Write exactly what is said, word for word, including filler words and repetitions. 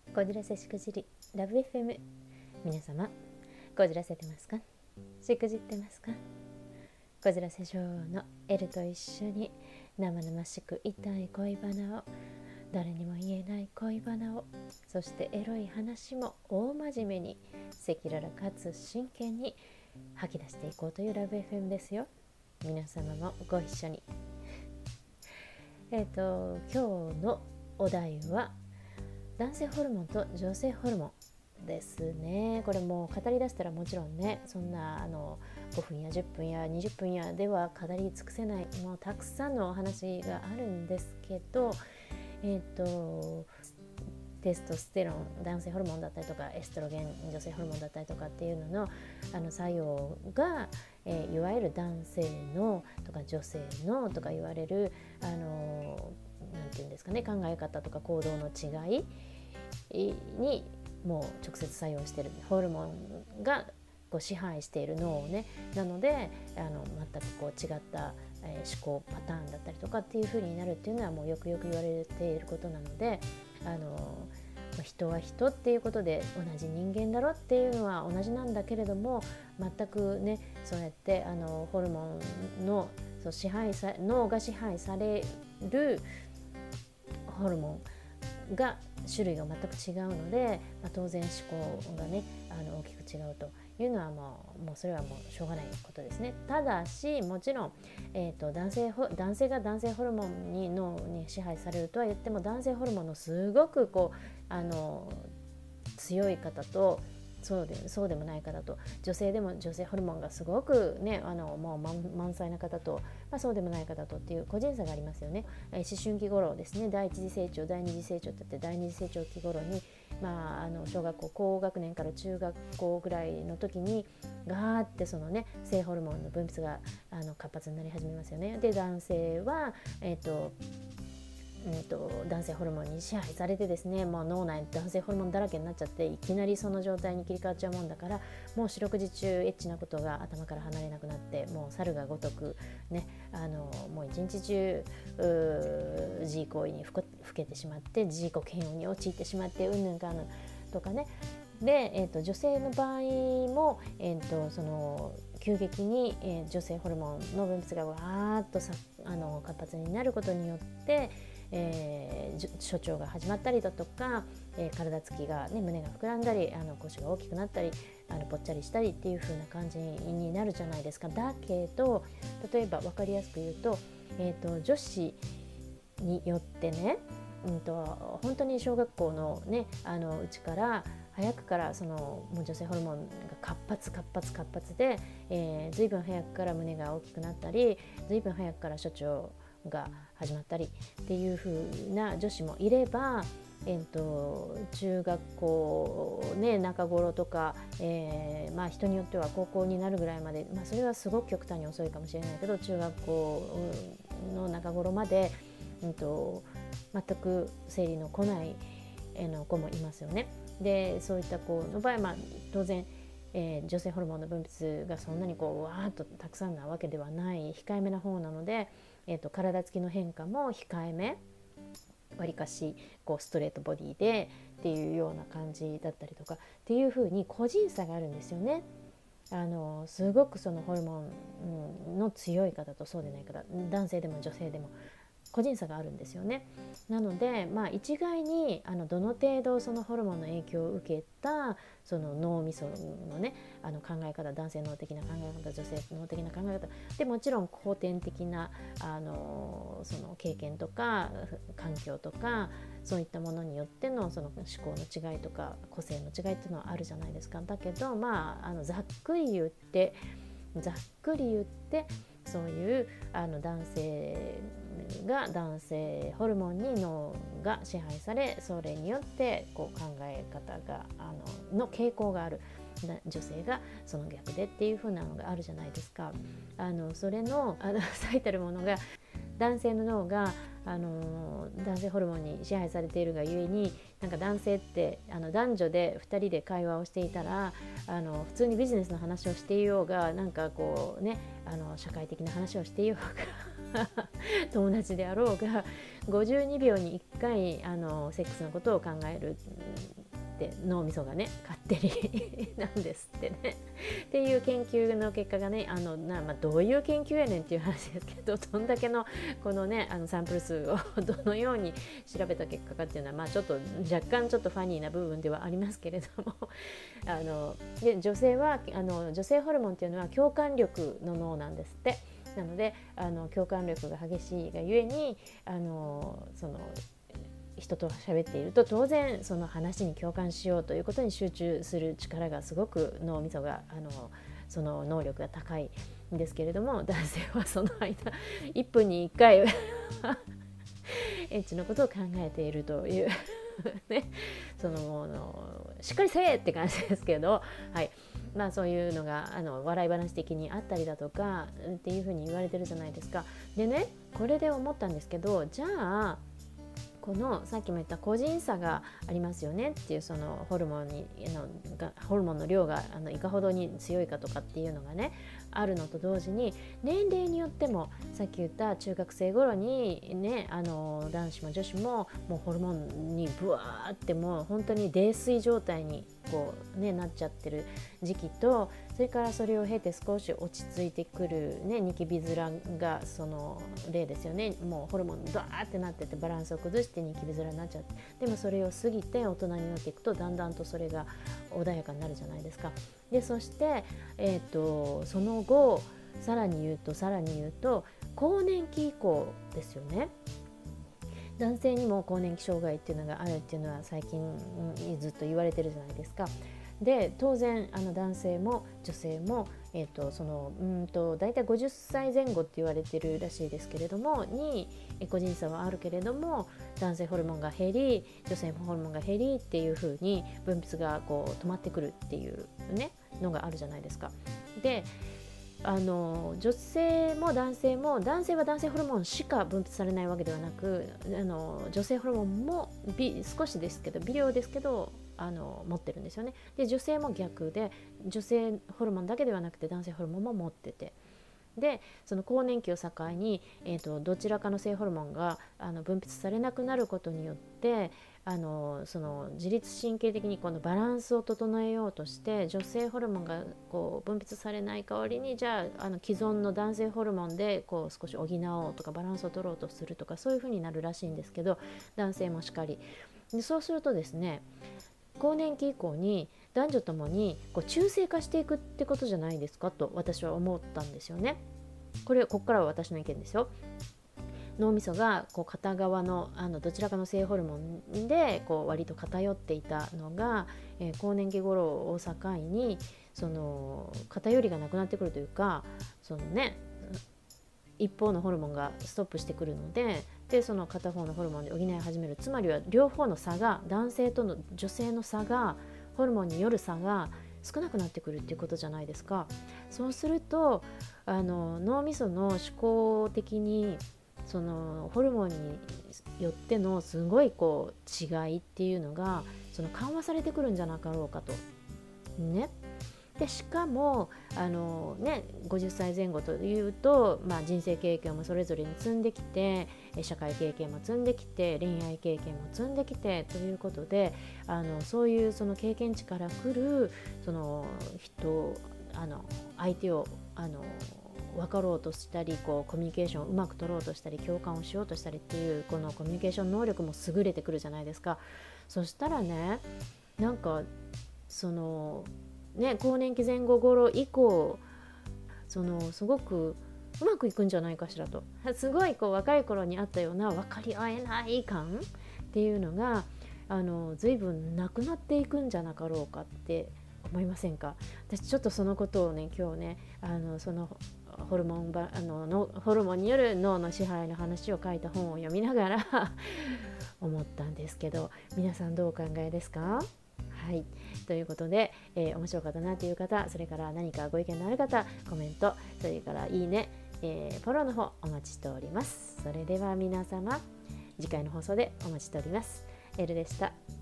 こじらせしくじりラブ エフエム、 皆様こじらせてますか？しくじってますか？こじらせ女王のエルと一緒に生々しく痛い恋バナを、誰にも言えない恋バナを、そしてエロい話も大真面目に赤裸々かつ真剣に吐き出していこうというラブ エフエム ですよ。皆様もご一緒に。えっと今日のお題は男性ホルモンと女性ホルモンですね。これもう語り出したらもちろんね、そんなあのごふんやじゅっぷんやにじゅっぷんやでは語り尽くせない、もうたくさんのお話があるんですけど、えっとテストステロン、男性ホルモンだったりとかエストロゲン、女性ホルモンだったりとかっていうののあの作用が、えー、いわゆる男性のとか女性のとか言われるあのなんていうんですかね、考え方とか行動の違いにもう直接作用しているホルモンがこう支配している脳をね、なのであの全くこう違った、えー、思考パターンだったりとかっていう風になるっていうのはもうよくよく言われていることなので、あの人は人っていうことで同じ人間だろっていうのは同じなんだけれども、全くねそうやってあのホルモンのそう支配さ脳が支配されるホルモンが種類が全く違うので、まあ、当然思考がねあの大きく違うというのはもう、もうそれはもうしょうがないことですね。ただしもちろん、えーと、男性男性が男性ホルモンに脳に支配されるとは言っても、男性ホルモンのすごくこうあの強い方とそうで、そうでもない方と、女性でも女性ホルモンがすごくねあのもう 満, 満載な方と、まあ、そうでもない方とっていう個人差がありますよね。えー、思春期頃ですね、第一次成長第二次成長って言って、第二次成長期頃に、まあ、あの小学校高学年から中学校ぐらいの時にガーってそのね性ホルモンの分泌があの活発になり始めますよね。で男性はえっ、ー、とうんと男性ホルモンに支配されてですね、もう脳内男性ホルモンだらけになっちゃって、いきなりその状態に切り替わっちゃうもんだから、もう四六時中エッチなことが頭から離れなくなって、もう猿が如くね、あのもう一日中自慰行為にふけてしまって、自己嫌悪に陥ってしまって、うんぬんかんぬんとかね。で、えー、と女性の場合も、えー、とその急激に、えー、女性ホルモンの分泌がわーっとさあの活発になることによって、えー、初潮が始まったりだとか、えー、体つきが、ね、胸が膨らんだり、あの腰が大きくなったり、あのぽっちゃりしたりっていう風な感じになるじゃないですか。だけど例えば分かりやすく言うと、えー、と女子によってね、うんと本当に小学校のねあのうちから早くからそのもう女性ホルモンが活発活発活発で、えー、随分早くから胸が大きくなったり、随分早くから初潮が始まったりっていう風な女子もいれば、えー、と中学校、ね、中頃とか、えーまあ、人によっては高校になるぐらいまで、まあ、それはすごく極端に遅いかもしれないけど、中学校の中頃まで、うんと、全く生理の来ないの子もいますよね。でそういった子の場合、まあ、当然、えー、女性ホルモンの分泌がそんなにこうわーっとたくさんなわけではない、控えめな方なので、えー、と体つきの変化も控えめ、わりかしこうストレートボディでっていうような感じだったりとかっていう風に個人差があるんですよね。あのすごくそのホルモンの強い方とそうでない方、男性でも女性でも個人差があるんですよね。なので、まあ、一概にあのどの程度そのホルモンの影響を受けたその脳みそのねあの考え方、男性脳的な考え方、女性脳的な考え方で、もちろん後天的なあのその経験とか環境とかそういったものによってのその思考の違いとか個性の違いっていうのはあるじゃないですか。だけど、まあ、あのざっくり言ってざっくり言ってそういうあの男性が男性ホルモンに脳が支配され、それによってこう考え方があのの傾向がある、女性がその逆でっていう風なのがあるじゃないですか。あのそれのあの最たるものが、男性の脳があの男性ホルモンに支配されているがゆえに、なんか男性ってあの男女でふたりで会話をしていたら、あの普通にビジネスの話をしていようが、なんかこうねあの社会的な話をしていようが友達であろうがごじゅうにびょうにいっかいあのセックスのことを考えるって脳みそがね勝手になんですってねっていう研究の結果がねあのな、まあ、どういう研究やねんっていう話ですけど、どんだけのこのねあのサンプル数をどのように調べた結果かっていうのは、まあ、ちょっと若干ちょっとファニーな部分ではありますけれどもあので女性はあの女性ホルモンっていうのは共感力の脳なんですって。なのであの共感力が激しいがゆえにあのその人と喋っていると当然その話に共感しようということに集中する力がすごく脳みそがあのその能力が高いんですけれども、男性はその間いっぷんにいっかいエッチのことを考えているというね、そのものしっかりせえって感じですけど、はい、まあそういうのがあの笑い話的にあったりだとかっていうふうに言われてるじゃないですか。でね、これで思ったんですけど、じゃあこのさっきも言った個人差がありますよねっていう、そのホルモンにのがホルモンの量があのいかほどに強いかとかっていうのがねあるのと同時に、年齢によってもさっき言った中学生頃にねあの男子も女子ももうホルモンにブワーってもう本当に泥酔状態にこう、ね、なっちゃってる時期と、それからそれを経て少し落ち着いてくる、ね、ニキビ面がその例ですよね。もうホルモンドワーってなっててバランスを崩してニキビ面になっちゃって、でもそれを過ぎて大人になっていくとだんだんとそれが穏やかになるじゃないですか。でそして、えーと、その後さらに言うとさらに言うと更年期以降ですよね。男性にも更年期障害っていうのがあるっていうのは最近、うん、ずっと言われてるじゃないですか。で当然あの男性も女性も、えー、とそのうんとだいたいごじゅっさいぜん後って言われてるらしいですけれどもに個人差はあるけれども、男性ホルモンが減り女性ホルモンが減りっていう風に分泌がこう止まってくるっていう、ね、のがあるじゃないですか。であの女性も男性も、男性は男性ホルモンしか分泌されないわけではなく、あの女性ホルモンも微少しですけど微量ですけどあの持ってるんですよね。で女性も逆で女性ホルモンだけではなくて男性ホルモンも持ってて、でその更年期を境に、えーと、どちらかの性ホルモンがあの分泌されなくなることによってあのその自律神経的にこのバランスを整えようとして女性ホルモンがこう分泌されない代わりに、じゃあ、あの既存の男性ホルモンでこう少し補おうとかバランスを取ろうとするとか、そういう風になるらしいんですけど、男性もしかりで、そうするとですね更年期以降に男女ともにこう中性化していくってことじゃないですかと私は思ったんですよね。これここからは私の意見ですよ。脳みそがこう片側 の, あのどちらかの性ホルモンでこう割と偏っていたのが、えー、更年期頃を境にその偏りがなくなってくるというか、そのね一方のホルモンがストップしてくるので、でその片方のホルモンで補い始める、つまりは両方の差が、男性との女性の差が、ホルモンによる差が少なくなってくるっていうことじゃないですか。そうするとあの脳みその思考的にそのホルモンによってのすごいこう違いっていうのがその緩和されてくるんじゃなかろうかとね。でしかもあの、ね、ごじゅっさいぜん後というと、まあ、人生経験もそれぞれに積んできて、社会経験も積んできて、恋愛経験も積んできてということで、あのそういうその経験値から来るその人あの相手をあの分かろうとしたり、こうコミュニケーションをうまく取ろうとしたり、共感をしようとしたりっていうこのコミュニケーション能力も優れてくるじゃないですか。そしたらね、なんかそのね、更年期前後頃以降そのすごくうまくいくんじゃないかしらと、すごいこう若い頃にあったような分かり合えない感っていうのがあの随分なくなっていくんじゃなかろうかって思いませんか。私ちょっとそのことをね今日ねあのそのホルモンばあののホルモンによる脳の支配の話を書いた本を読みながら思ったんですけど、皆さんどうお考えですか？はい、ということで、えー、面白かったなという方、それから何かご意見のある方、コメント、それからいいね、えー、フォローの方お待ちしております。それでは皆様、次回の放送でお待ちしております。エルでした。